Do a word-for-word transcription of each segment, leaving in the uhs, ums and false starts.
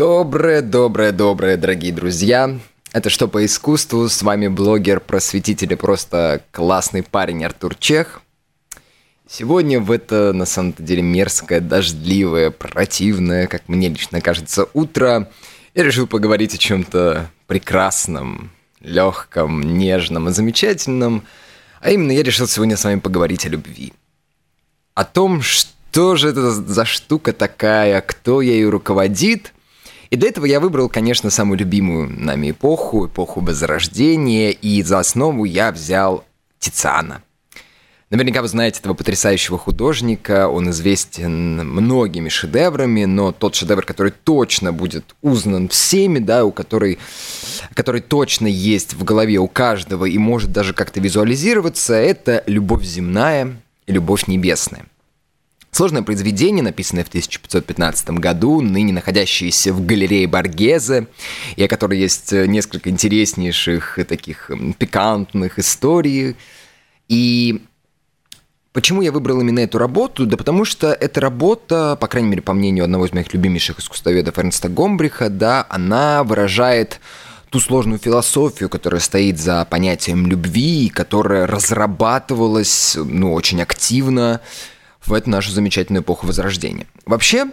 Доброе, доброе, доброе, дорогие друзья. Это «Что по искусству?» С вами блогер, просветитель и просто классный парень Артур Чех. Сегодня в это, на самом деле, мерзкое, дождливое, противное, как мне лично кажется, утро я решил поговорить о чем-то прекрасном, легком, нежном и замечательном. А именно я решил сегодня с вами поговорить о любви. О том, что же это за штука такая, кто ею руководит. И для этого я выбрал, конечно, самую любимую нами эпоху, эпоху Возрождения, и за основу я взял Тициана. Наверняка вы знаете этого потрясающего художника, он известен многими шедеврами, но тот шедевр, который точно будет узнан всеми, да, у которой, который точно есть в голове у каждого и может даже как-то визуализироваться, это «Любовь земная» и «Любовь небесная». Сложное произведение, написанное в тысяча пятьсот пятнадцатом году, ныне находящееся в галерее Боргезе, и о которой есть несколько интереснейших таких пикантных историй. И почему я выбрал именно эту работу? Да потому что эта работа, по крайней мере, по мнению одного из моих любимейших искусствоведов Эрнста Гомбриха, да, она выражает ту сложную философию, которая стоит за понятием любви, которая разрабатывалась, ну, очень активно в эту нашу замечательную эпоху Возрождения. Вообще,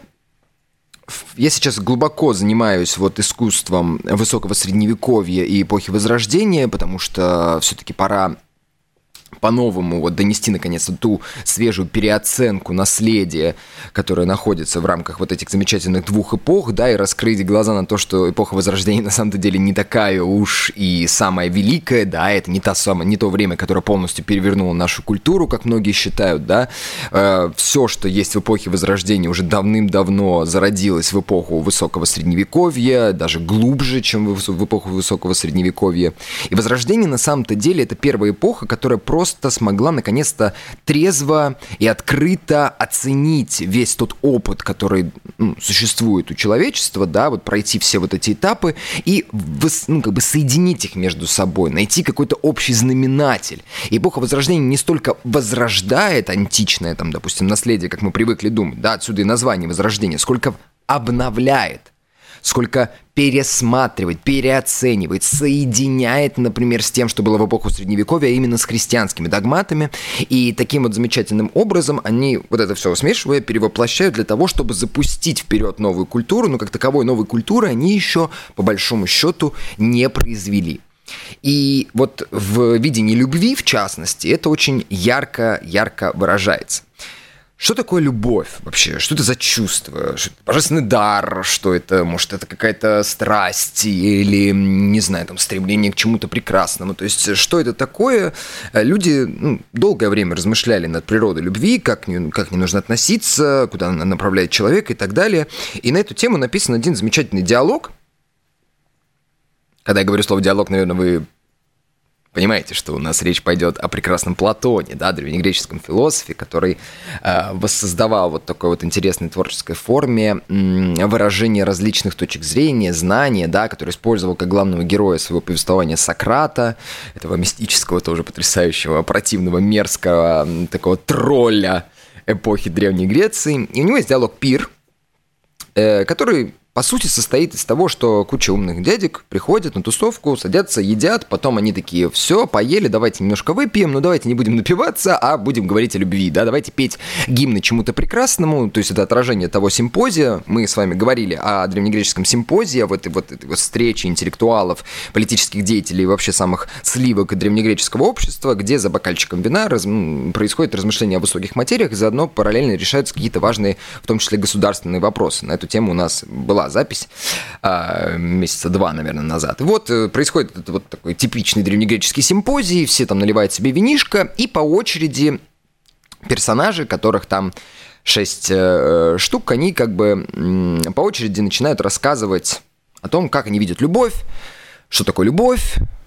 я сейчас глубоко занимаюсь вот искусством высокого средневековья и эпохи Возрождения, потому что все-таки пора по-новому вот донести, наконец-то, ту свежую переоценку наследия, которое находится в рамках вот этих замечательных двух эпох, да, и раскрыть глаза на то, что эпоха Возрождения на самом деле не такая уж и самая великая, да, это не, та самая, не то время, которое полностью перевернуло нашу культуру, как многие считают, да, э, все, что есть в эпохе Возрождения, уже давным-давно зародилось в эпоху Высокого Средневековья, даже глубже, чем в, в эпоху Высокого Средневековья, и Возрождение на самом-то деле это первая эпоха, которая просто смогла наконец-то трезво и открыто оценить весь тот опыт, который ну, существует у человечества, да, вот пройти все вот эти этапы и ну, как бы соединить их между собой, найти какой-то общий знаменатель. И эпоха Возрождения не столько возрождает античное, там, допустим, наследие, как мы привыкли думать, да, отсюда и название Возрождения, сколько обновляет, сколько пересматривает, переоценивает, соединяет, например, с тем, что было в эпоху Средневековья, а именно с христианскими догматами. И таким вот замечательным образом они вот это все смешивая, перевоплощают для того, чтобы запустить вперед новую культуру, но как таковой новой культуры они еще, по большому счету, не произвели. И вот в видении любви, в частности, это очень ярко-ярко выражается. Что такое любовь вообще? Что это за чувство? Что это божественный дар? Что это? Может, это какая-то страсть или, не знаю, там, стремление к чему-то прекрасному? То есть, что это такое? Люди ну, долгое время размышляли над природой любви, как к ней, как к ней нужно относиться, куда она направляет человека и так далее. И на эту тему написан один замечательный диалог. Когда я говорю слово «диалог», наверное, вы понимаете, что у нас речь пойдет о прекрасном Платоне, да, древнегреческом философе, который э, воссоздавал вот такой вот интересной творческой форме м, выражение различных точек зрения, знания, да, который использовал как главного героя своего повествования Сократа, этого мистического, тоже потрясающего, противного, мерзкого, такого тролля эпохи Древней Греции. И у него есть диалог «Пир», э, который по сути, состоит из того, что куча умных дядек приходят на тусовку, садятся, едят, потом они такие, все, поели, давайте немножко выпьем, но давайте не будем напиваться, а будем говорить о любви, да, давайте петь гимны чему-то прекрасному, то есть это отражение того симпозия, мы с вами говорили о древнегреческом симпозии, в этой вот, этой вот встрече интеллектуалов, политических деятелей и вообще самых сливок древнегреческого общества, где за бокальчиком вина раз, происходит размышление о высоких материях, и заодно параллельно решаются какие-то важные, в том числе государственные вопросы. На эту тему у нас была запись а, месяца два, наверное, назад. И вот происходит этот вот такой типичный древнегреческий симпозий, все там наливают себе винишко, и по очереди персонажи, которых там шесть э, штук, они как бы м, по очереди начинают рассказывать о том, как они видят любовь, что такое любовь,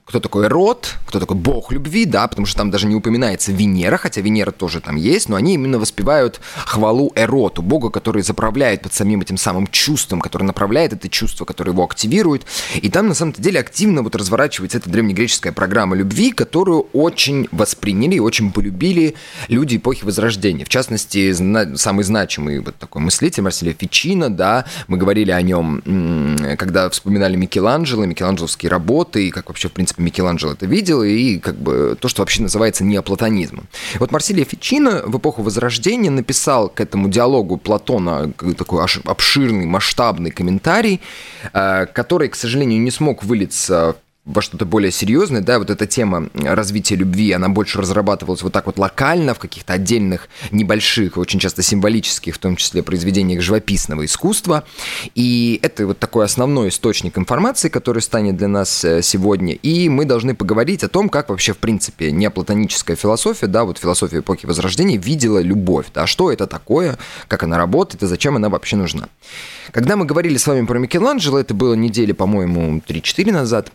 кто такой Эрот, кто такой бог любви, да, потому что там даже не упоминается Венера, хотя Венера тоже там есть, но они именно воспевают хвалу Эроту, бога, который заправляет под самим этим самым чувством, который направляет это чувство, которое его активирует, и там на самом деле активно вот разворачивается эта древнегреческая программа любви, которую очень восприняли и очень полюбили люди эпохи Возрождения. В частности, зна- самый значимый вот такой мыслитель Марсилио Фичино, да, мы говорили о нем, когда вспоминали Микеланджело, микеланджеловские работы, и как вообще, в принципе, Микеланджело это видел, и как бы то, что вообще называется неоплатонизмом. Вот Марсилио Фичино в эпоху Возрождения написал к этому диалогу Платона такой обширный, масштабный комментарий, который, к сожалению, не смог вылиться во что-то более серьезное, да, вот эта тема развития любви, она больше разрабатывалась вот так вот локально, в каких-то отдельных, небольших, очень часто символических, в том числе, произведениях живописного искусства, и это вот такой основной источник информации, который станет для нас сегодня, и мы должны поговорить о том, как вообще, в принципе, неоплатоническая философия, да, вот философия эпохи Возрождения видела любовь, да, что это такое, как она работает и зачем она вообще нужна. Когда мы говорили с вами про Микеланджело, это было недели, по-моему, три-четыре назад,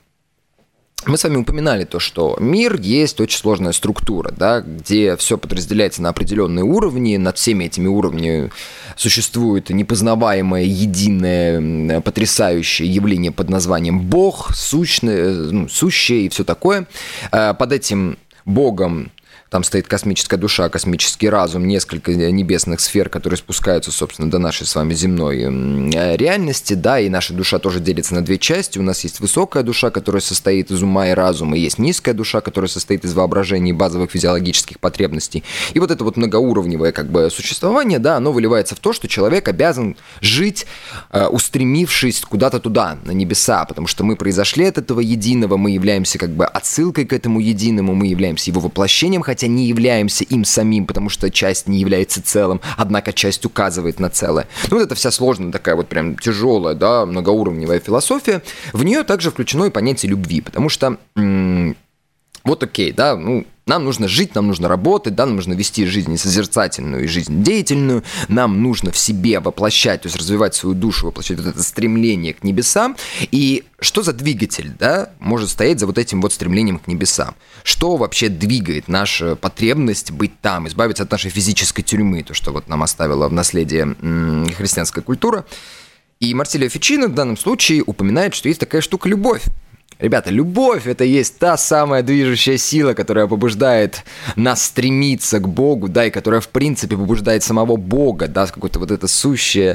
мы с вами упоминали то, что мир есть очень сложная структура, да, где все подразделяется на определенные уровни, над всеми этими уровнями существует непознаваемое, единое, потрясающее явление под названием Бог, сущное, ну, сущее и все такое. Под этим Богом там стоит космическая душа, космический разум, несколько небесных сфер, которые спускаются, собственно, до нашей с вами земной реальности, да, и наша душа тоже делится на две части. У нас есть высокая душа, которая состоит из ума и разума, и есть низкая душа, которая состоит из воображения и базовых физиологических потребностей. И вот это вот многоуровневое как бы существование, да, оно выливается в то, что человек обязан жить, устремившись куда-то туда, на небеса, потому что мы произошли от этого единого, мы являемся как бы отсылкой к этому единому, мы являемся его воплощением, хотя не являемся им самим, потому что часть не является целым, однако часть указывает на целое. Ну, вот это вся сложная такая вот прям тяжелая, да, многоуровневая философия. В нее также включено и понятие любви, потому что м- вот окей, да, ну, нам нужно жить, нам нужно работать, да, нам нужно вести жизнь созерцательную и жизнь деятельную, нам нужно в себе воплощать, то есть развивать свою душу, воплощать вот это стремление к небесам. И что за двигатель, да, может стоять за вот этим вот стремлением к небесам? Что вообще двигает нашу потребность быть там, избавиться от нашей физической тюрьмы, то, что вот нам оставила в наследие м- христианская культура? И Марсилио Фичино в данном случае упоминает, что есть такая штука любовь. Ребята, любовь – это есть та самая движущая сила, которая побуждает нас стремиться к Богу, да, и которая, в принципе, побуждает самого Бога, да, какое-то вот это сущее,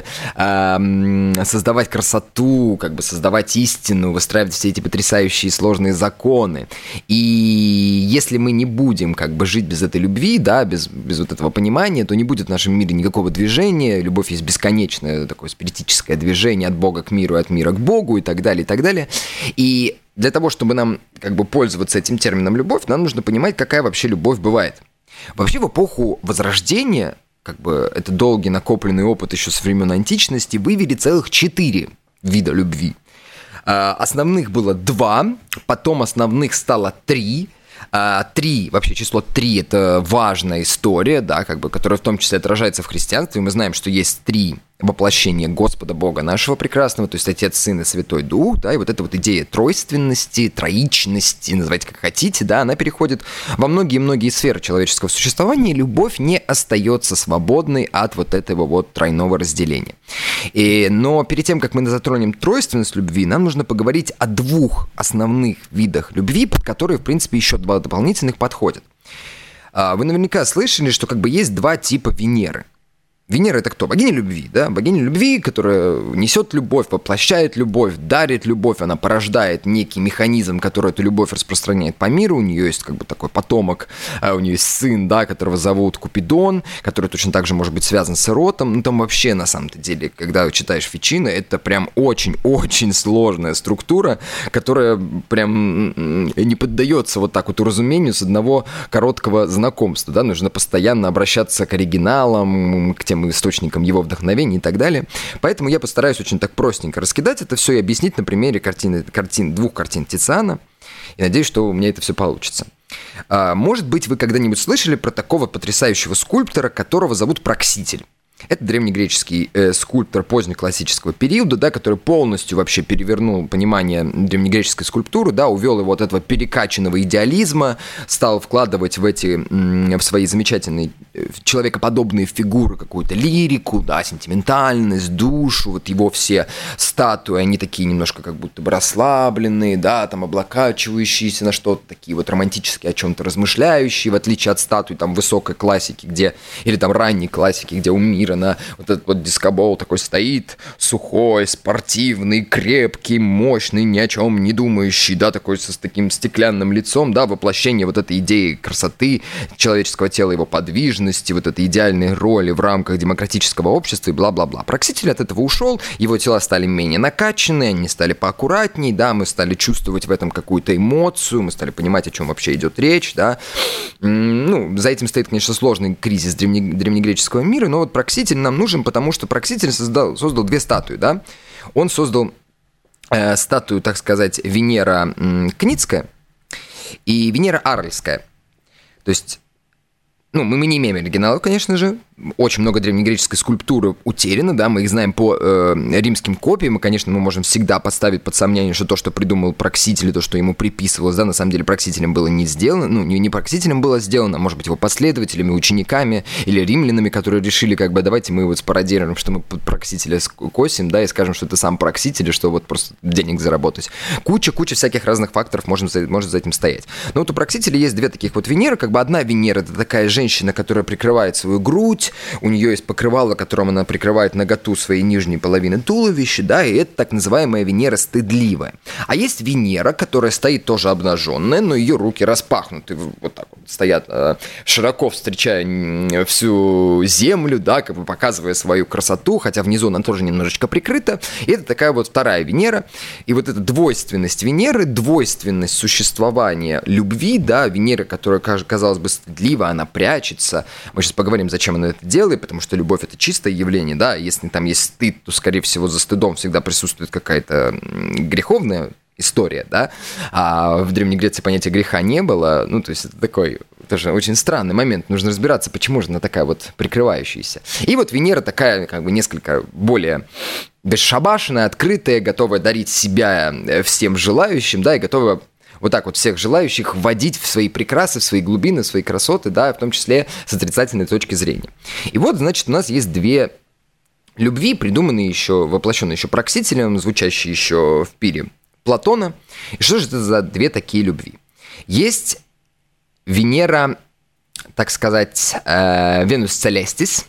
э, создавать красоту, как бы создавать истину, выстраивать все эти потрясающие сложные законы. И если мы не будем, как бы, жить без этой любви, да, без, без вот этого понимания, то не будет в нашем мире никакого движения. Любовь есть бесконечное такое спиритическое движение от Бога к миру, от мира к Богу и так далее, и так далее. И для того, чтобы нам как бы пользоваться этим термином «любовь», нам нужно понимать, какая вообще любовь бывает. Вообще в эпоху Возрождения, как бы это долгий накопленный опыт еще со времен античности, вывели целых четыре вида любви. Основных было два, потом основных стало три. Три, вообще число три – это важная история, да, как бы, которая в том числе отражается в христианстве. Мы знаем, что есть три воплощения Господа Бога нашего прекрасного, то есть Отец, Сын и Святой Дух, да, и вот эта вот идея тройственности, троичности, называйте как хотите, да, она переходит во многие-многие сферы человеческого существования, и любовь не остается свободной от вот этого вот тройного разделения. И, но перед тем, как мы затронем тройственность любви, нам нужно поговорить о двух основных видах любви, под которые, в принципе, еще два дополнительных подходят. Вы наверняка слышали, что как бы есть два типа Венеры. Венера – это кто? Богиня любви, да? Богиня любви, которая несет любовь, воплощает любовь, дарит любовь, она порождает некий механизм, который эту любовь распространяет по миру. У нее есть как бы такой потомок, у нее есть сын, да, которого зовут Купидон, который точно так же может быть связан с Эротом. Ну, там вообще, на самом-то деле, когда читаешь Фичино, это прям очень-очень сложная структура, которая прям не поддается вот так вот уразумению с одного короткого знакомства, да? Нужно постоянно обращаться к оригиналам, к тем источникам его вдохновения и так далее. Поэтому я постараюсь очень так простенько раскидать это все и объяснить на примере картины, картин, двух картин Тициана. И надеюсь, что у меня это все получится. А, может быть, вы когда-нибудь слышали про такого потрясающего скульптора, которого зовут Прокситель. Это древнегреческий э, скульптор позднеклассического периода, да, который полностью вообще перевернул понимание древнегреческой скульптуры, да, увел его от этого перекачанного идеализма, стал вкладывать в эти, в свои замечательные человекоподобные фигуры какую-то лирику, да, сентиментальность, душу, вот его все статуи, они такие немножко как будто бы расслабленные, да, там облокачивающиеся на что-то, такие вот романтические, о чем-то размышляющие, в отличие от статуй там высокой классики, где, или там ранней классики, где у мира на вот этот вот дискобол такой стоит, сухой, спортивный, крепкий, мощный, ни о чем не думающий, да, такой с таким стеклянным лицом, да, воплощение вот этой идеи красоты человеческого тела, его подвижности, вот этой идеальной роли в рамках демократического общества и бла-бла-бла. Прокситель от этого ушел, его тела стали менее накачанные, они стали поаккуратней, да, мы стали чувствовать в этом какую-то эмоцию, мы стали понимать, о чем вообще идет речь, да. Ну, за этим стоит, конечно, сложный кризис древне- древнегреческого мира, но вот Прокситель нам нужен, потому что Прокситель создал, создал две статуи, да. Он создал э, статую, так сказать, Венера м, Кницкая и Венера Арльская. То есть, ну, мы, мы не имеем оригиналов, конечно же. Очень много древнегреческой скульптуры утеряно, да, мы их знаем по э, римским копиям, и, конечно, мы можем всегда поставить под сомнение, что то, что придумал Прокситель, то, что ему приписывалось, да, на самом деле Проксителем было не сделано, ну, не, не Проксителем было сделано, а, может быть, его последователями, учениками или римлянами, которые решили, как бы, давайте мы вот спародируем, что мы под Проксителя косим, да, и скажем, что это сам Прокситель, что вот просто денег заработать. Куча-куча всяких разных факторов может за, может за этим стоять. Но вот у Проксителя есть две таких вот Венеры, как бы одна Венера — это такая женщина, которая прикрывает свою грудь, у нее есть покрывало, которым она прикрывает наготу своей нижней половины туловища, да, и это так называемая Венера стыдливая. А есть Венера, которая стоит тоже обнаженная, но ее руки распахнуты, вот так вот стоят, широко встречая всю землю, да, как бы показывая свою красоту, хотя внизу она тоже немножечко прикрыта. И это такая вот вторая Венера. И вот эта двойственность Венеры, двойственность существования любви, да, Венера, которая, казалось бы, стыдлива, она прячется. Мы сейчас поговорим, зачем она это делает, потому что любовь — это чистое явление, да, если там есть стыд, то, скорее всего, за стыдом всегда присутствует какая-то греховная история, да, а в Древней Греции понятия греха не было, ну, то есть это такой тоже очень странный момент, нужно разбираться, почему же она такая вот прикрывающаяся. И вот Венера такая, как бы, несколько более бесшабашенная, открытая, готовая дарить себя всем желающим, да, и готовая вот так вот всех желающих вводить в свои прекрасы, в свои глубины, в свои красоты, да, в том числе с отрицательной точки зрения. И вот, значит, у нас есть две любви, придуманные еще, воплощенные еще Проксителем, звучащие еще в пире Платона. И что же это за две такие любви? Есть Венера, так сказать, э, Венус Целестис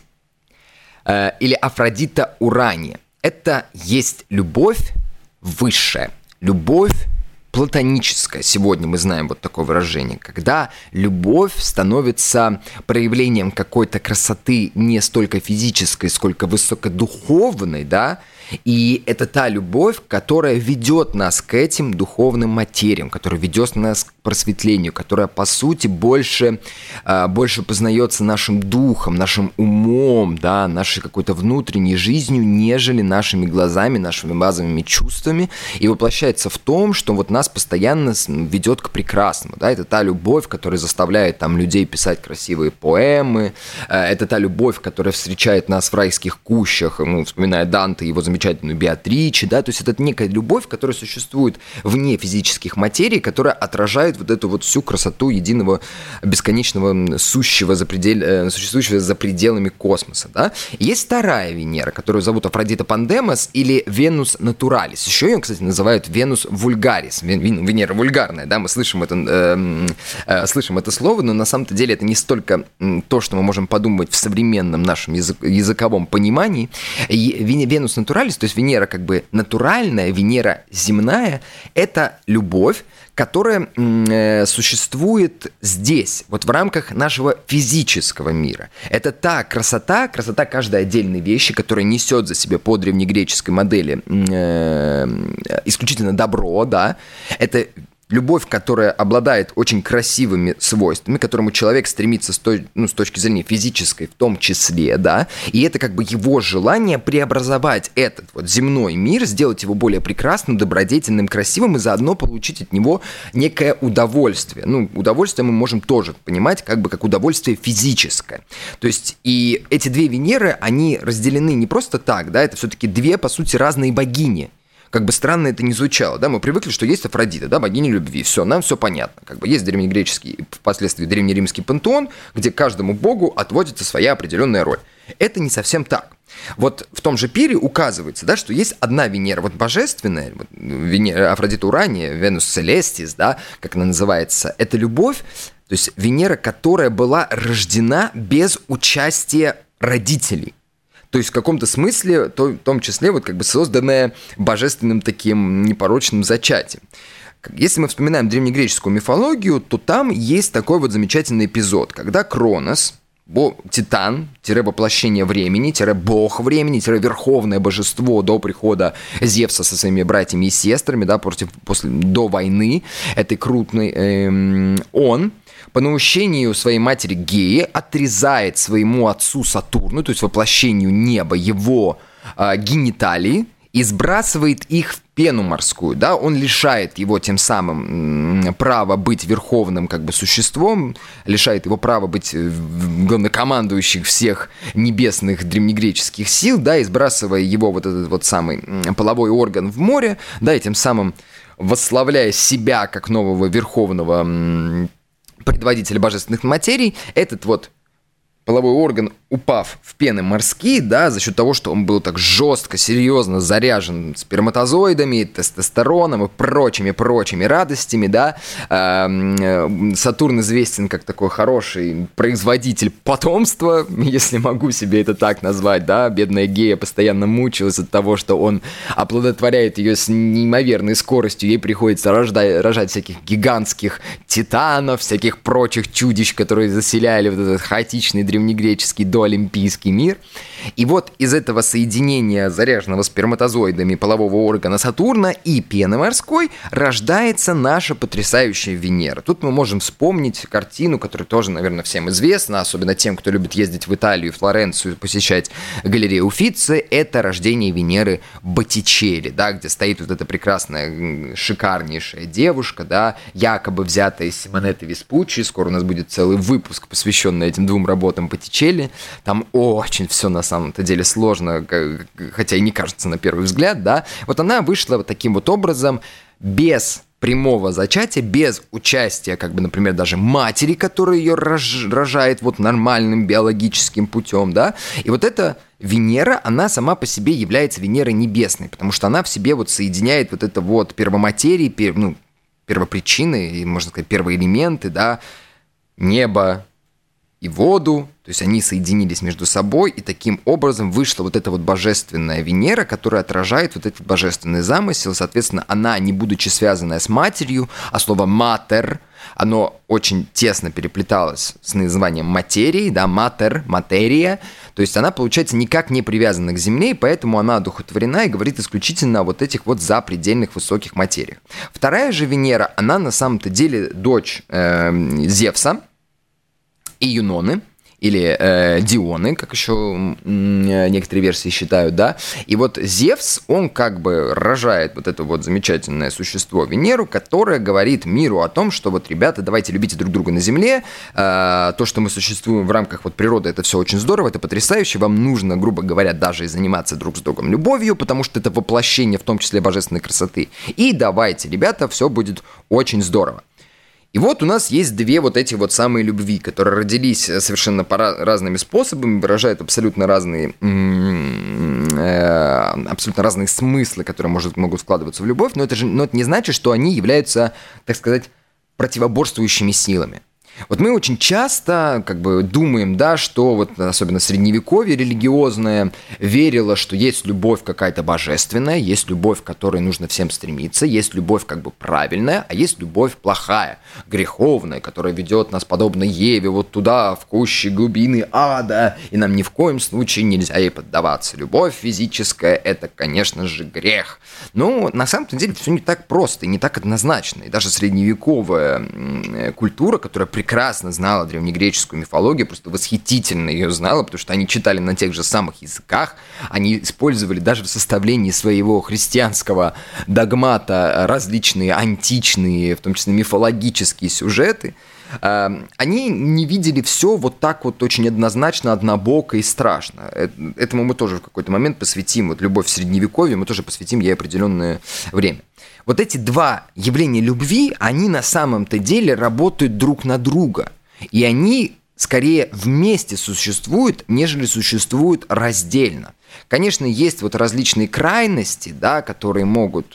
э, или Афродита Урания. Это есть любовь высшая, любовь платоническая. Сегодня мы знаем вот такое выражение, когда любовь становится проявлением какой-то красоты не столько физической, сколько высокодуховной, да, и это та любовь, которая ведет нас к этим духовным материям, которая ведет нас к просветлению, которая, по сути, больше, больше познается нашим духом, нашим умом, да, нашей какой-то внутренней жизнью, нежели нашими глазами, нашими базовыми чувствами, и воплощается в том, что вот нас постоянно ведет к прекрасному, да, это та любовь, которая заставляет там людей писать красивые поэмы, это та любовь, которая встречает нас в райских кущах, ну, вспоминая Данте, его замечательную Беатриче, да, то есть это некая любовь, которая существует вне физических материй, которая отражает вот эту вот всю красоту единого бесконечного сущего за предель, существующего за пределами космоса, да. И есть вторая Венера, которую зовут Афродита Пандемос или Венус Натуралис. Еще ее, кстати, называют Венус Вульгарис, Венера вульгарная, да, мы слышим это, э, э, слышим это слово, но на самом-то деле это не столько то, что мы можем подумать в современном нашем язык, языковом понимании. Венус Натуралис, то есть Венера как бы натуральная, Венера земная, это любовь, которая э, существует здесь, вот в рамках нашего физического мира. Это та красота, красота каждой отдельной вещи, которая несет за себе по древнегреческой модели э, исключительно добро, да, это любовь, которая обладает очень красивыми свойствами, к которому человек стремится с, той, ну, с точки зрения физической в том числе, да, и это как бы его желание преобразовать этот вот земной мир, сделать его более прекрасным, добродетельным, красивым и заодно получить от него некое удовольствие. Ну, удовольствие мы можем тоже понимать как бы как удовольствие физическое. То есть и эти две Венеры, они разделены не просто так, да, это все-таки две, по сути, разные богини. Как бы странно это ни звучало, да, мы привыкли, что есть Афродита, да, богиня любви, все, нам все понятно. Как бы есть древнегреческий, впоследствии древнеримский пантеон, где каждому богу отводится своя определенная роль. Это не совсем так. Вот в том же пире указывается, да, что есть одна Венера, вот божественная, вот, Венера, Афродита Урания, Венус Целестис, да, как она называется, это любовь, то есть Венера, которая была рождена без участия родителей. То есть в каком-то смысле, то, в том числе, вот как бы созданная божественным таким непорочным зачатием. Если мы вспоминаем древнегреческую мифологию, то там есть такой вот замечательный эпизод, когда Кронос, бо, титан, воплощение времени, бог времени, верховное божество до прихода Зевса со своими братьями и сестрами, да, против, после, до войны этой крупной, эм, он по наущению своей матери Геи отрезает своему отцу Сатурну, то есть воплощению неба, его э, гениталии, и сбрасывает их в пену морскую, да, он лишает его тем самым м, права быть верховным как бы существом, лишает его права быть главнокомандующим всех небесных древнегреческих сил, да, и сбрасывая его вот этот вот самый м, половой орган в море, да, и тем самым восславляя себя как нового верховного м, предводителя божественных материй, этот вот половой орган, упав в пены морские, да, за счет того, что он был так жестко, серьезно заряжен сперматозоидами, тестостероном и прочими-прочими радостями, да, Сатурн известен как такой хороший производитель потомства, если могу себе это так назвать, да, бедная Гея постоянно мучилась от того, что он оплодотворяет ее с неимоверной скоростью, ей приходится рождать, рожать всяких гигантских титанов, всяких прочих чудищ, которые заселяли вот этот хаотичный древнегреческий доолимпийский мир. И вот из этого соединения заряженного сперматозоидами полового органа Сатурна и пены морской рождается наша потрясающая Венера. Тут мы можем вспомнить картину, которая тоже, наверное, всем известна, особенно тем, кто любит ездить в Италию, Флоренцию, посещать галерею Уффици. Это рождение Венеры Боттичелли, да, где стоит вот эта прекрасная, шикарнейшая девушка, да, якобы взятая из Симонетты Веспуччи. Скоро у нас будет целый выпуск, посвященный этим двум работам Боттичелли. Там очень все на самом-то деле сложно, хотя и не кажется на первый взгляд, да. Вот она вышла вот таким вот образом, без прямого зачатия, без участия, как бы, например, даже матери, которая ее рож- рожает вот нормальным биологическим путем, да. И вот эта Венера, она сама по себе является Венерой небесной, потому что она в себе вот соединяет вот это вот первоматерии, пер, ну, первопричины, можно сказать, первоэлементы, да, небо и воду, то есть они соединились между собой, и таким образом вышла вот эта вот божественная Венера, которая отражает вот этот божественный замысел. Соответственно, она, не будучи связанная с матерью, а слово «матер», оно очень тесно переплеталось с названием материи, да, матер, материя, то есть она, получается, никак не привязана к Земле, и поэтому она одухотворена и говорит исключительно о вот этих вот запредельных высоких материях. Вторая же Венера, она на самом-то деле дочь э, Зевса и Юноны, или э, Дионы, как еще э, некоторые версии считают, да. И вот Зевс, он как бы рожает вот это вот замечательное существо Венеру, которое говорит миру о том, что вот, ребята, давайте любите друг друга на Земле, э, то, что мы существуем в рамках вот природы, это все очень здорово, это потрясающе, вам нужно, грубо говоря, даже и заниматься друг с другом любовью, потому что это воплощение, в том числе, божественной красоты. И давайте, ребята, все будет очень здорово. И вот у нас есть две вот эти вот самые любви, которые родились совершенно по разными способами, выражают абсолютно разные, э, абсолютно разные смыслы, которые может, могут вкладываться в любовь, но это же но это не значит, что они являются, так сказать, противоборствующими силами. Вот мы очень часто как бы думаем, да, что вот особенно средневековье религиозное верило, что есть любовь какая-то божественная, есть любовь, к которой нужно всем стремиться, есть любовь как бы правильная, а есть любовь плохая, греховная, которая ведет нас, подобно Еве, вот туда, в кущи глубины ада, и нам ни в коем случае нельзя ей поддаваться. Любовь физическая – это, конечно же, грех. Но на самом деле все не так просто и не так однозначно. И даже средневековая культура, которая прекрасно знала древнегреческую мифологию, просто восхитительно ее знала, потому что они читали на тех же самых языках, они использовали даже в составлении своего христианского догмата различные античные, в том числе мифологические сюжеты. Они не видели все вот так вот очень однозначно, однобоко и страшно. Этому мы тоже в какой-то момент посвятим, вот любовь в средневековье, мы тоже посвятим ей определенное время. Вот эти два явления любви, они на самом-то деле работают друг на друга. И они скорее вместе существуют, нежели существуют раздельно. Конечно, есть вот различные крайности, да, которые могут,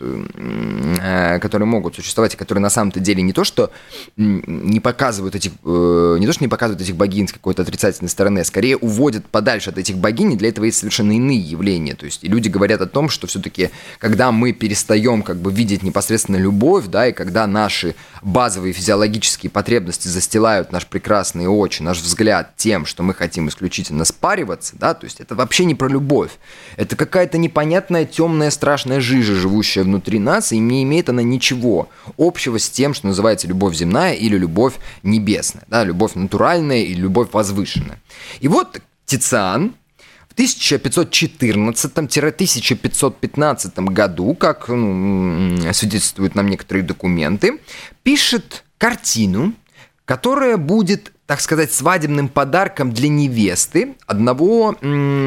э, которые могут существовать, и которые на самом-то деле не то, что не показывают этих, э, не то, что не показывают этих богинь с какой-то отрицательной стороны, а скорее уводят подальше от этих богинь, и для этого есть совершенно иные явления. То есть и люди говорят о том, что все-таки, когда мы перестаем как бы видеть непосредственно любовь, да, и когда наши базовые физиологические потребности застилают наш прекрасные очи, наш взгляд тем, что мы хотим исключительно спариваться, да, то есть это вообще не про любовь. Это какая-то непонятная, темная, страшная жижа, живущая внутри нас, и не имеет она ничего общего с тем, что называется любовь земная или любовь небесная, да, любовь натуральная и любовь возвышенная. И вот Тициан в тысяча пятьсот четырнадцатом - тысяча пятьсот пятнадцатом году, как ну, свидетельствуют нам некоторые документы, пишет картину, которая будет, так сказать, свадебным подарком для невесты одного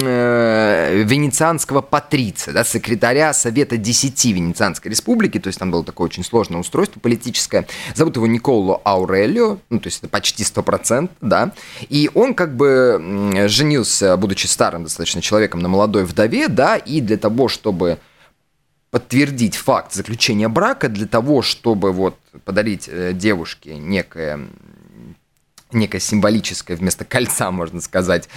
э, венецианского патриция, да, секретаря Совета Десяти Венецианской Республики, то есть там было такое очень сложное устройство политическое. Зовут его Николо Аурелио, ну, то есть это почти сто процентов, да, и он как бы женился, будучи старым достаточно человеком, на молодой вдове, да, и для того, чтобы подтвердить факт заключения брака, для того, чтобы вот подарить девушке некое, некое символическое, вместо кольца, можно сказать,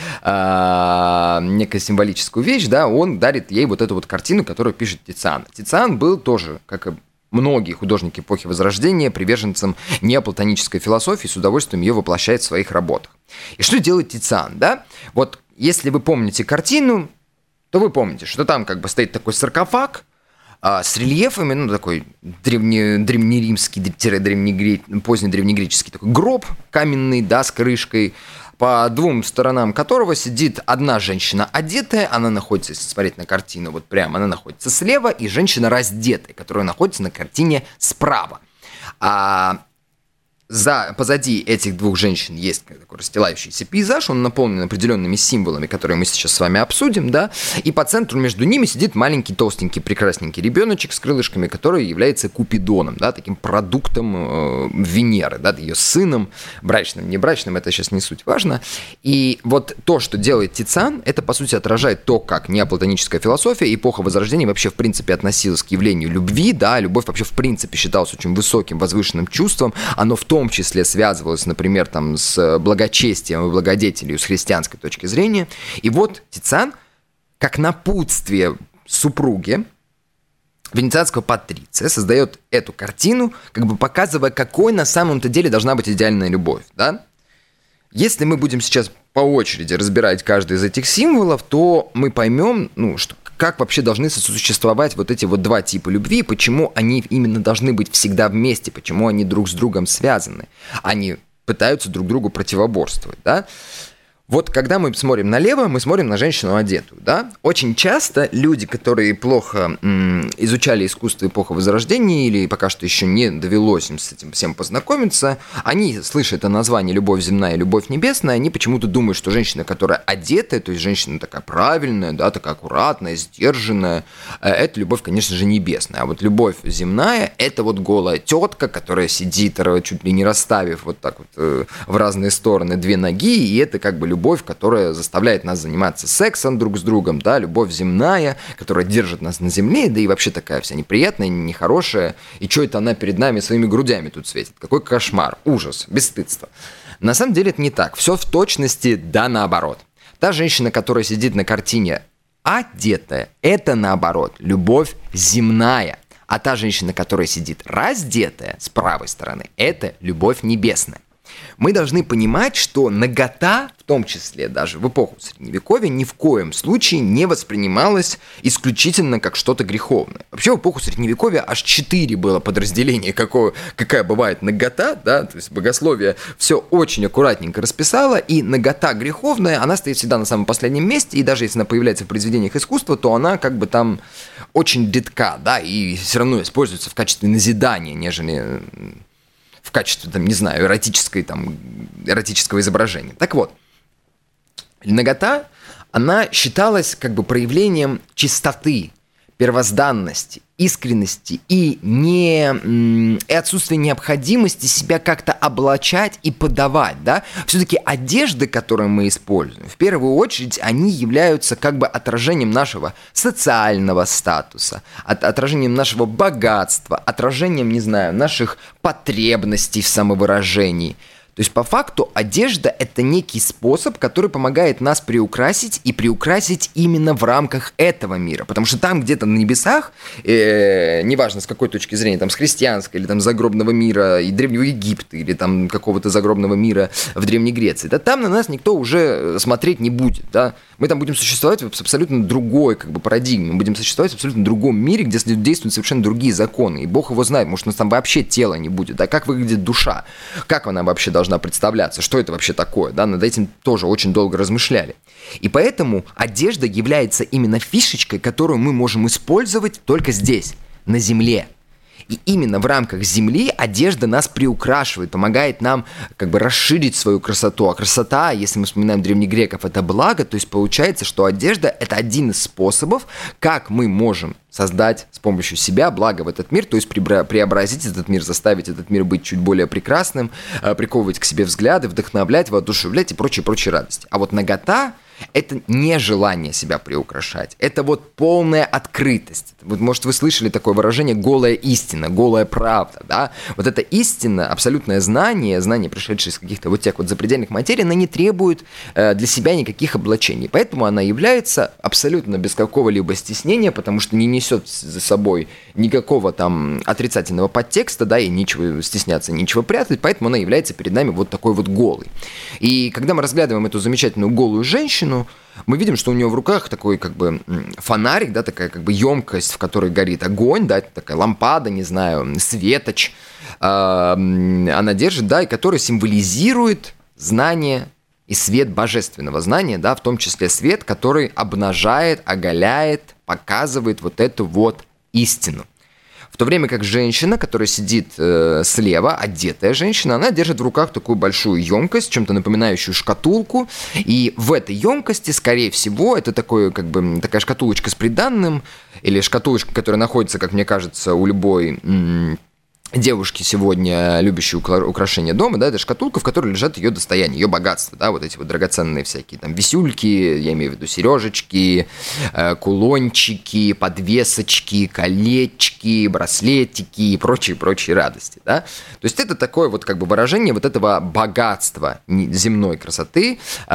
некая символическую вещь, да, он дарит ей вот эту вот картину, которую пишет Тициан. Тициан был тоже, как и многие художники эпохи Возрождения, приверженцем неоплатонической философии, с удовольствием ее воплощает в своих работах. И что делает Тициан, да? Вот если вы помните картину, то вы помните, что там как бы стоит такой саркофаг, а, с рельефами, ну, такой древне, древнеримский, древнегре, позднедревнегреческий такой гроб каменный, да, с крышкой, по двум сторонам которого сидит одна женщина одетая, она находится, если смотреть на картину, вот прямо, она находится слева, и женщина раздетая, которая находится на картине справа. А за, позади этих двух женщин есть такой расстилающийся пейзаж, он наполнен определенными символами, которые мы сейчас с вами обсудим, да, и по центру между ними сидит маленький, толстенький, прекрасненький ребеночек с крылышками, который является Купидоном, да, таким продуктом э, Венеры, да, ее сыном, брачным, не брачным, это сейчас не суть важно. И вот то, что делает Тициан, это, по сути, отражает то, как неоплатоническая философия, эпоха Возрождения вообще, в принципе, относилась к явлению любви, да, любовь вообще, в принципе, считалась очень высоким, возвышенным чувством, оно в том В том числе связывалось, например, там, с благочестием и благодетелью с христианской точки зрения. И вот Тициан, как напутствие супруге венецианского патриция, создает эту картину, как бы показывая, какой на самом-то деле должна быть идеальная любовь, да? Если мы будем сейчас по очереди разбирать каждый из этих символов, то мы поймем, ну, что как вообще должны сосуществовать вот эти вот два типа любви, почему они именно должны быть всегда вместе, почему они друг с другом связаны. Они пытаются друг другу противоборствовать, да? Вот когда мы смотрим налево, мы смотрим на женщину одетую, да? Очень часто люди, которые плохо м, изучали искусство эпохи Возрождения или пока что еще не довелось им с этим всем познакомиться, они слышат это название «любовь земная» и «любовь небесная», они почему-то думают, что женщина, которая одетая, то есть женщина такая правильная, да, такая аккуратная, сдержанная, это любовь, конечно же, небесная. А вот любовь земная – это вот голая тетка, которая сидит, чуть ли не расставив вот так вот в разные стороны две ноги, и это как бы любовь, любовь, которая заставляет нас заниматься сексом друг с другом, да, любовь земная, которая держит нас на земле, да и вообще такая вся неприятная, нехорошая, и что это она перед нами своими грудями тут светит? Какой кошмар, ужас, бесстыдство. На самом деле это не так. Все в точности да наоборот. Та женщина, которая сидит на картине одетая, это наоборот, любовь земная. А та женщина, которая сидит раздетая с правой стороны, это любовь небесная. Мы должны понимать, что нагота, в том числе даже в эпоху Средневековья, ни в коем случае не воспринималась исключительно как что-то греховное. Вообще в эпоху Средневековья аж четыре было подразделения, какое, какая бывает нагота, да, то есть богословие все очень аккуратненько расписало, и нагота греховная, она стоит всегда на самом последнем месте, и даже если она появляется в произведениях искусства, то она как бы там очень редка, да, и все равно используется в качестве назидания, нежели в качестве, там, не знаю, эротической, там, эротического изображения. Так вот, нагота, она считалась как бы проявлением чистоты, первозданности, искренности и, не, и отсутствия необходимости себя как-то облачать и подавать, да. Все-таки одежды, которые мы используем, в первую очередь, они являются как бы отражением нашего социального статуса, от, отражением нашего богатства, отражением, не знаю, наших потребностей в самовыражении. То есть, по факту, одежда – это некий способ, который помогает нас приукрасить, и приукрасить именно в рамках этого мира. Потому что там где-то на небесах, э, неважно с какой точки зрения, там с христианской, или там загробного мира и Древнего Египта, или там какого-то загробного мира в Древней Греции, да, там на нас никто уже смотреть не будет, да. Мы там будем существовать в абсолютно другой как бы парадигме, мы будем существовать в абсолютно другом мире, где действуют совершенно другие законы, и Бог его знает, может, у нас там вообще тела не будет, да, как выглядит душа, как она вообще должна представляться, что это вообще такое, да, над этим тоже очень долго размышляли. И поэтому одежда является именно фишечкой, которую мы можем использовать только здесь, на земле. И именно в рамках земли одежда нас приукрашивает, помогает нам как бы расширить свою красоту. А красота, если мы вспоминаем древнегреков, это благо, то есть получается, что одежда – это один из способов, как мы можем создать с помощью себя благо в этот мир, то есть преобразить этот мир, заставить этот мир быть чуть более прекрасным, приковывать к себе взгляды, вдохновлять, воодушевлять и прочие-прочие радости. А вот нагота – это не желание себя приукрашать, это вот полная открытость. Вот, может, вы слышали такое выражение «голая истина», «голая правда», да? Вот эта истина, абсолютное знание, знание, пришедшее из каких-то вот тех вот запредельных материй, она не требует э, для себя никаких облачений, поэтому она является абсолютно без какого-либо стеснения, потому что не несет за собой никакого там отрицательного подтекста, да, и нечего стесняться, нечего прятать, поэтому она является перед нами вот такой вот голой. И когда мы разглядываем эту замечательную голую женщину, мы видим, что у нее в руках такой как бы фонарик, да, такая как бы емкость, в которой горит огонь, да, такая лампада, не знаю, светоч, э, она держит, да, и которая символизирует знание и свет божественного знания, да, в том числе свет, который обнажает, оголяет, показывает вот эту вот истину. В то время как женщина, которая сидит э, слева, одетая женщина, она держит в руках такую большую емкость, чем-то напоминающую шкатулку, и в этой емкости, скорее всего, это такой, как бы, такая шкатулочка с приданным, или шкатулочка, которая находится, как мне кажется, у любой м- девушки сегодня, любящей украшения дома, да, это шкатулка, в которой лежат ее достояния, ее богатства, да, вот эти вот драгоценные всякие там висюльки, я имею в виду сережечки, э, кулончики, подвесочки, колечки, браслетики и прочие-прочие радости, да. То есть это такое вот как бы выражение вот этого богатства земной красоты,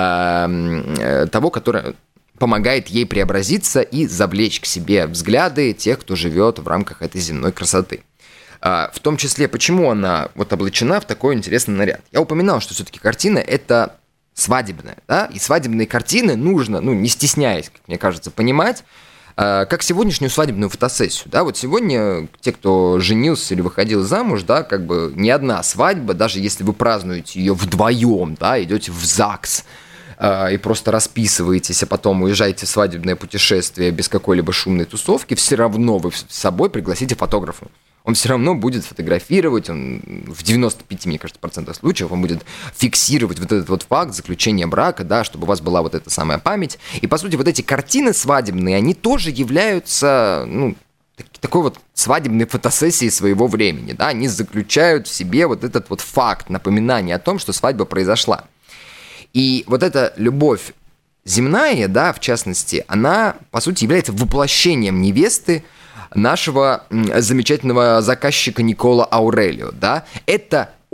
э, того, которое помогает ей преобразиться и завлечь к себе взгляды тех, кто живет в рамках этой земной красоты. В том числе, почему она вот облачена в такой интересный наряд. Я упоминал, что все-таки картина – это свадебная, да, и свадебные картины нужно, ну, не стесняясь, как мне кажется, понимать, как сегодняшнюю свадебную фотосессию, да, вот сегодня те, кто женился или выходил замуж, да, как бы ни одна свадьба, даже если вы празднуете ее вдвоем, да, идете в ЗАГС, и просто расписываетесь, а потом уезжаете в свадебное путешествие без какой-либо шумной тусовки, все равно вы с собой пригласите фотографа. Он все равно будет фотографировать, он в девяносто пять, мне кажется, процентов случаев он будет фиксировать вот этот вот факт заключения брака, да, чтобы у вас была вот эта самая память. И, по сути, вот эти картины свадебные, они тоже являются, ну, такой вот свадебной фотосессией своего времени, да, они заключают в себе вот этот вот факт, напоминание о том, что свадьба произошла. И вот эта любовь земная, да, в частности, она, по сути, является воплощением невесты нашего замечательного заказчика Никколо Аурелио, да. Это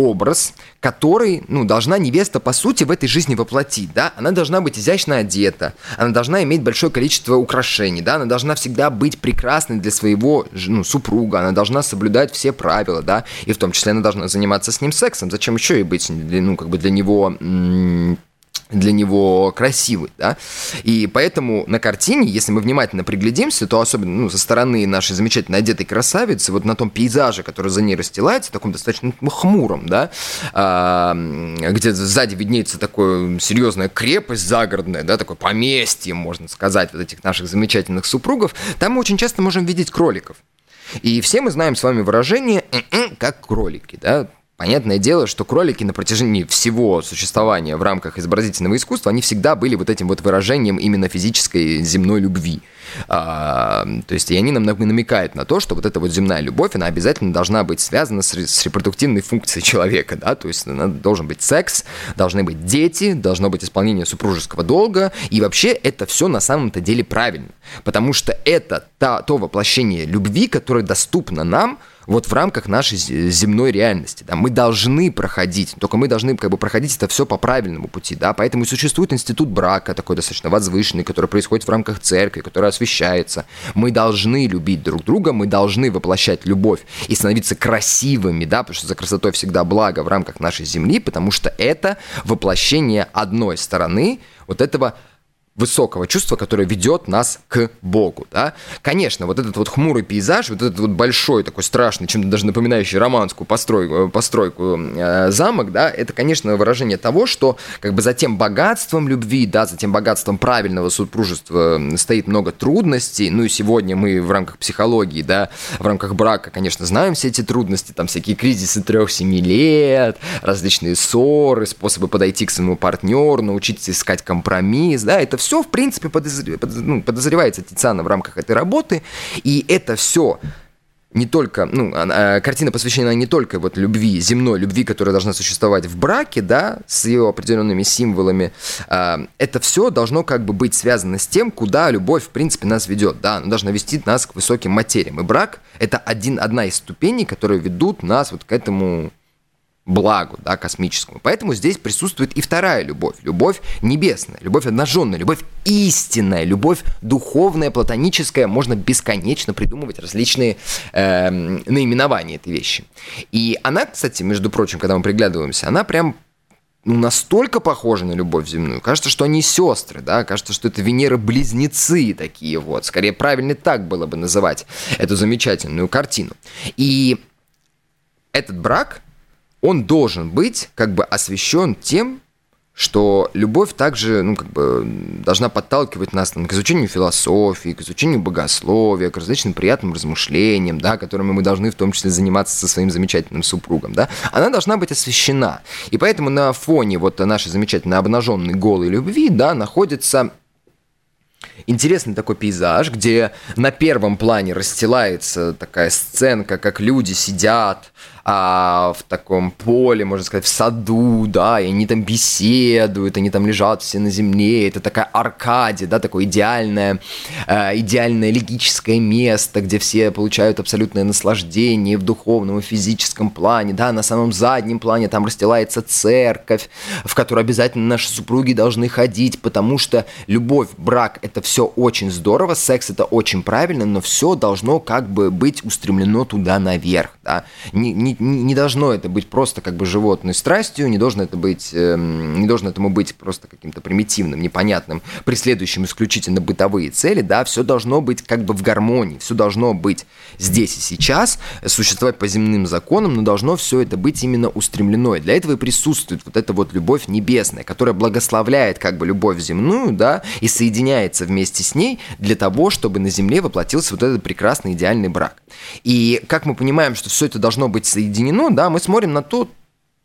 образ, который, ну, должна невеста, по сути, в этой жизни воплотить, да, она должна быть изящно одета, она должна иметь большое количество украшений, да, она должна всегда быть прекрасной для своего, ну, супруга, она должна соблюдать все правила, да, и в том числе она должна заниматься с ним сексом, зачем еще и быть, ну, как бы для него... М- для него красивый, да, и поэтому на картине, если мы внимательно приглядимся, то особенно, ну, со стороны нашей замечательно одетой красавицы, вот на том пейзаже, который за ней расстилается, таком достаточно хмуром, да, а, где сзади виднеется такая серьезная крепость загородная, да, такое поместье, можно сказать, вот этих наших замечательных супругов, там мы очень часто можем видеть кроликов. И все мы знаем с вами выражение «как кролики», да. Понятное дело, что кролики на протяжении всего существования в рамках изобразительного искусства, они всегда были вот этим вот выражением именно физической земной любви. А, то есть и они нам намекают на то, что вот эта вот земная любовь, она обязательно должна быть связана с, с репродуктивной функцией человека, да, то есть должен быть секс, должны быть дети, должно быть исполнение супружеского долга, и вообще это все на самом-то деле правильно, потому что это та, то воплощение любви, которое доступно нам вот в рамках нашей земной реальности, да, мы должны проходить, только мы должны как бы проходить это все по правильному пути, да, поэтому и существует институт брака, такой достаточно возвышенный, который происходит в рамках церкви, который освящается. Мы должны любить друг друга, мы должны воплощать любовь и становиться красивыми, да, потому что за красотой всегда благо в рамках нашей земли, потому что это воплощение одной стороны вот этого высокого чувства, которое ведет нас к Богу, да. Конечно, вот этот вот хмурый пейзаж, вот этот вот большой, такой страшный, чем-то даже напоминающий романскую постройку, постройку э, замок, да, это, конечно, выражение того, что как бы за тем богатством любви, да, за тем богатством правильного супружества стоит много трудностей, ну и сегодня мы в рамках психологии, да, в рамках брака, конечно, знаем все эти трудности, там всякие кризисы трех-семи лет, различные ссоры, способы подойти к своему партнеру, научиться искать компромисс, да, это все, в принципе, подозр... ну, подозревается Тициана в рамках этой работы, и это все не только, ну, она, картина посвящена не только вот любви, земной любви, которая должна существовать в браке, да, с ее определенными символами, а, это все должно как бы быть связано с тем, куда любовь, в принципе, нас ведет, да, она должна вести нас к высоким материям, и брак — это один, одна из ступеней, которые ведут нас вот к этому благу, да, космическому. Поэтому здесь присутствует и вторая любовь. Любовь небесная, любовь обнаженная, любовь истинная, любовь духовная, платоническая. Можно бесконечно придумывать различные э, наименования этой вещи. И она, кстати, между прочим, когда мы приглядываемся, она прям ну, настолько похожа на любовь земную. Кажется, что они сестры, да, кажется, что это Венеры-близнецы такие вот. Скорее, правильно так было бы называть эту замечательную картину. И этот брак, он должен быть как бы освящен тем, что любовь также, ну, как бы должна подталкивать нас там, к изучению философии, к изучению богословия, к различным приятным размышлениям, да, которыми мы должны в том числе заниматься со своим замечательным супругом, да, она должна быть освящена. И поэтому на фоне вот нашей замечательной обнаженной голой любви, да, находится интересный такой пейзаж, где на первом плане расстилается такая сценка, как люди сидят а, в таком поле, можно сказать, в саду, да, и они там беседуют, они там лежат все на земле, это такая Аркадия, да, такое идеальное, э, идеальное логическое место, где все получают абсолютное наслаждение в духовном и физическом плане, да, на самом заднем плане там расстилается церковь, в которую обязательно наши супруги должны ходить, потому что любовь, брак — это все очень здорово, секс — это очень правильно, но все должно как бы быть устремлено туда наверх, да, не, не, не должно это быть просто как бы животной страстью, не должно это быть, э, не должно этому быть просто каким-то примитивным, непонятным, преследующим исключительно бытовые цели, да, все должно быть как бы в гармонии, все должно быть здесь и сейчас, существовать по земным законам, но должно все это быть именно устремлено, и для этого и присутствует вот эта вот любовь небесная, которая благословляет как бы любовь земную, да, и соединяется вместе с ней для того, чтобы на земле воплотился вот этот прекрасный идеальный брак. И как мы понимаем, что все это должно быть соединено, да, мы смотрим на ту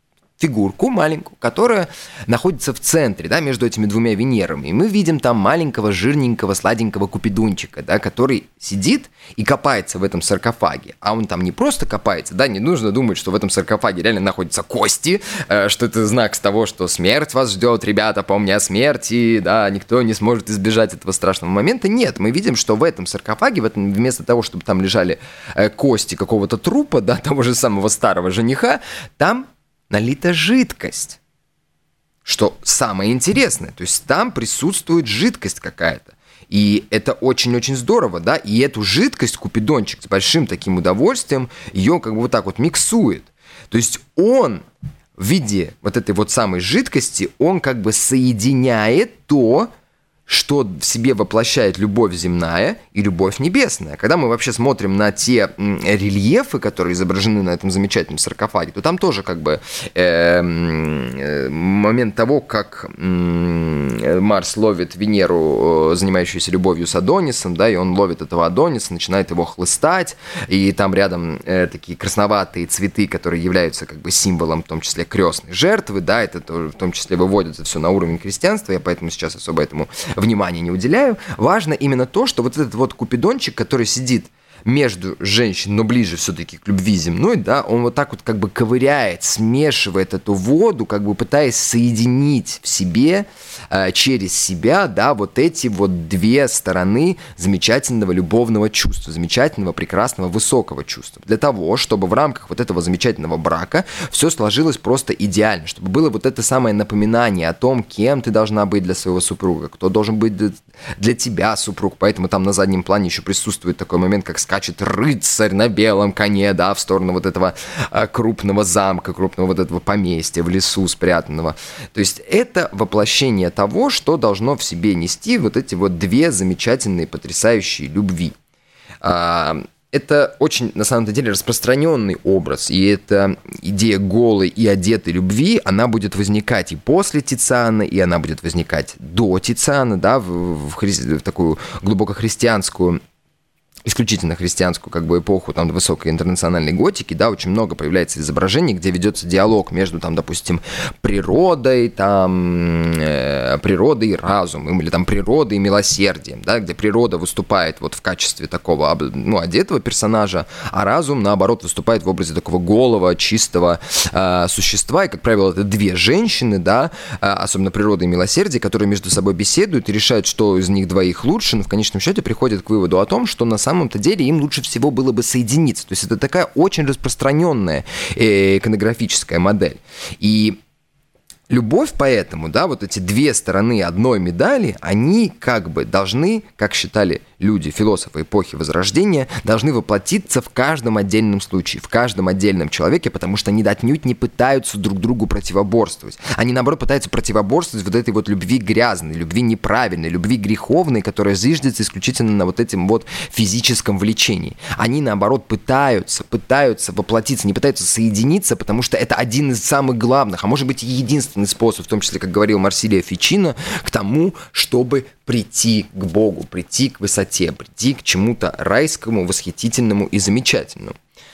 фигурку маленькую, которая находится в центре, да, между этими двумя Венерами. И мы видим там маленького, жирненького, сладенького купидунчика, да, который сидит и копается в этом саркофаге. А он там не просто копается, да, не нужно думать, что в этом саркофаге реально находятся кости, э, что это знак того, что смерть вас ждет, ребята, помни о смерти, да, никто не сможет избежать этого страшного момента. Нет, мы видим, что в этом саркофаге, в этом, вместо того, чтобы там лежали э, кости какого-то трупа, да, того же самого старого жениха, там налита жидкость. Что самое интересное, то есть там присутствует жидкость какая-то. И это очень-очень здорово, да, и эту жидкость Купидончик с большим таким удовольствием ее как бы вот так вот миксует. То есть он в виде вот этой вот самой жидкости, он как бы соединяет то, что в себе воплощает любовь земная и любовь небесная. Когда мы вообще смотрим на те рельефы, которые изображены на этом замечательном саркофаге, то там тоже как бы э, момент того, как э, Марс ловит Венеру, занимающуюся любовью с Адонисом, да, и он ловит этого Адониса, начинает его хлыстать, и там рядом э, такие красноватые цветы, которые являются как бы символом, в том числе, крестной жертвы, да, это тоже, в том числе выводится все на уровень крестьянства, я поэтому сейчас особо этому внимания не уделяю. Важно именно то, что вот этот вот Купидончик, который сидит между женщин, но ближе все-таки к любви земной, да, он вот так вот как бы ковыряет, смешивает эту воду, как бы пытаясь соединить в себе, э, через себя, да, вот эти вот две стороны замечательного любовного чувства, замечательного, прекрасного, высокого чувства. Для того, чтобы в рамках вот этого замечательного брака все сложилось просто идеально, чтобы было вот это самое напоминание о том, кем ты должна быть для своего супруга, кто должен быть для тебя супруг, поэтому там на заднем плане еще присутствует такой момент, как скачет рыцарь на белом коне, да, в сторону вот этого а, крупного замка, крупного вот этого поместья в лесу спрятанного. То есть это воплощение того, что должно в себе нести вот эти вот две замечательные, потрясающие любви. А, это очень, на самом деле, распространенный образ, и эта идея голой и одетой любви, она будет возникать и после Тициана, и она будет возникать до Тициана, да, в, в, хри... в такую глубоко христианскую, исключительно христианскую как бы эпоху там высокой интернациональной готики, да, очень много появляется изображений, где ведется диалог между там, допустим, природой, там, э, природой и разумом, или там природой и милосердием, да, где природа выступает вот в качестве такого, ну, одетого персонажа, а разум, наоборот, выступает в образе такого голого, чистого э, существа, и, как правило, это две женщины, да, э, особенно природа и милосердие, которые между собой беседуют и решают, что из них двоих лучше, но в конечном счете приходят к выводу о том, что на самом На самом-то деле им лучше всего было бы соединиться. То есть это такая очень распространенная э, иконографическая модель. И любовь поэтому, да, вот эти две стороны одной медали, они как бы должны, как считали люди, философы эпохи Возрождения, должны воплотиться в каждом отдельном случае, в каждом отдельном человеке, потому что они отнюдь не пытаются друг другу противоборствовать. Они, наоборот, пытаются противоборствовать вот этой вот любви грязной, любви неправильной, любви греховной, которая зиждется исключительно на вот этом вот физическом влечении. Они, наоборот, пытаются, пытаются воплотиться, не пытаются соединиться, потому что это один из самых главных, а может быть и единственный способ, в том числе, как говорил Марсилио Фичино, к тому, чтобы прийти к Богу, прийти к высоте, прийти к чему-то райскому, восхитительному и замечательному.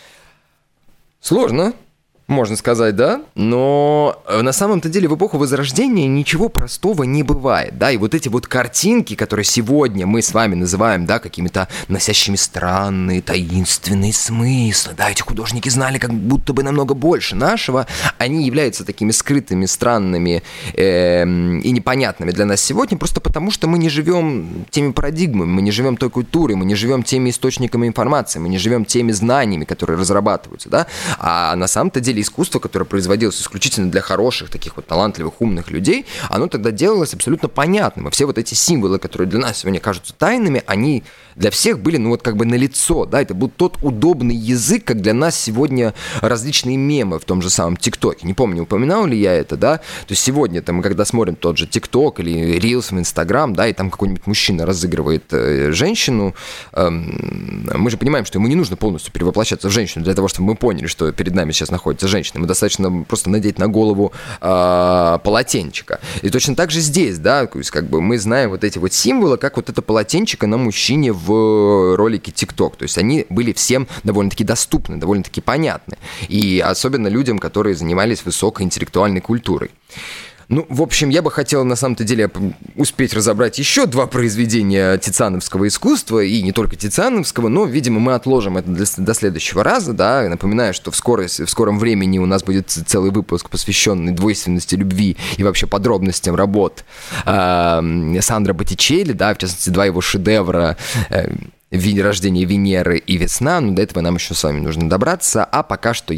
Сложно, можно сказать, да? Но на самом-то деле в эпоху Возрождения ничего простого не бывает, да? И вот эти вот картинки, которые сегодня мы с вами называем, да, какими-то носящими странные, таинственные смыслы, да, эти художники знали как будто бы намного больше нашего, они являются такими скрытыми, странными э, и непонятными для нас сегодня, просто потому что мы не живем теми парадигмами, мы не живем той культурой, мы не живем теми источниками информации, мы не живем теми знаниями, которые разрабатываются, да? А на самом-то деле искусство, которое производилось исключительно для хороших, таких вот талантливых, умных людей, оно тогда делалось абсолютно понятным. И все вот эти символы, которые для нас сегодня кажутся тайными, они для всех были, ну вот как бы налицо, да, это был тот удобный язык, как для нас сегодня различные мемы в том же самом ТикТоке. Не помню, упоминал ли я это, да, то есть сегодня-то мы когда смотрим тот же ТикТок или Reels в Инстаграм, да, и там какой-нибудь мужчина разыгрывает э, женщину, э, мы же понимаем, что ему не нужно полностью перевоплощаться в женщину для того, чтобы мы поняли, что перед нами сейчас находится женщина. Ему достаточно просто надеть на голову э, полотенчика. И точно так же здесь, да, то есть как бы мы знаем вот эти вот символы, как вот это полотенчико на мужчине в ролике ТикТок. То есть они были всем довольно-таки доступны, довольно-таки понятны. И особенно людям, которые занимались высокоинтеллектуальной культурой. Ну, в общем, я бы хотел, на самом-то деле, успеть разобрать еще два произведения тициановского искусства, и не только тициановского, но, видимо, мы отложим это для, до следующего раза, да, напоминаю, что в, скорость, в скором времени у нас будет целый выпуск, посвященный двойственности любви и вообще подробностям работ э, Сандро Боттичелли, да, в частности, два его шедевра э, «Рождение Венеры» и «Весна», но до этого нам еще с вами нужно добраться, а пока что я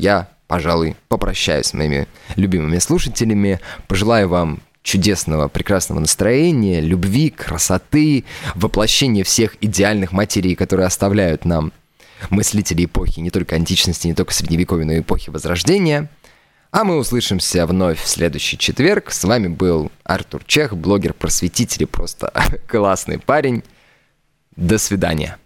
пожалуй, попрощаюсь с моими любимыми слушателями. Пожелаю вам чудесного, прекрасного настроения, любви, красоты, воплощения всех идеальных материй, которые оставляют нам мыслители эпохи не только античности, не только средневековья, но и эпохи Возрождения. А мы услышимся вновь в следующий четверг. С вами был Артур Чех, блогер-просветитель и просто классный парень. До свидания.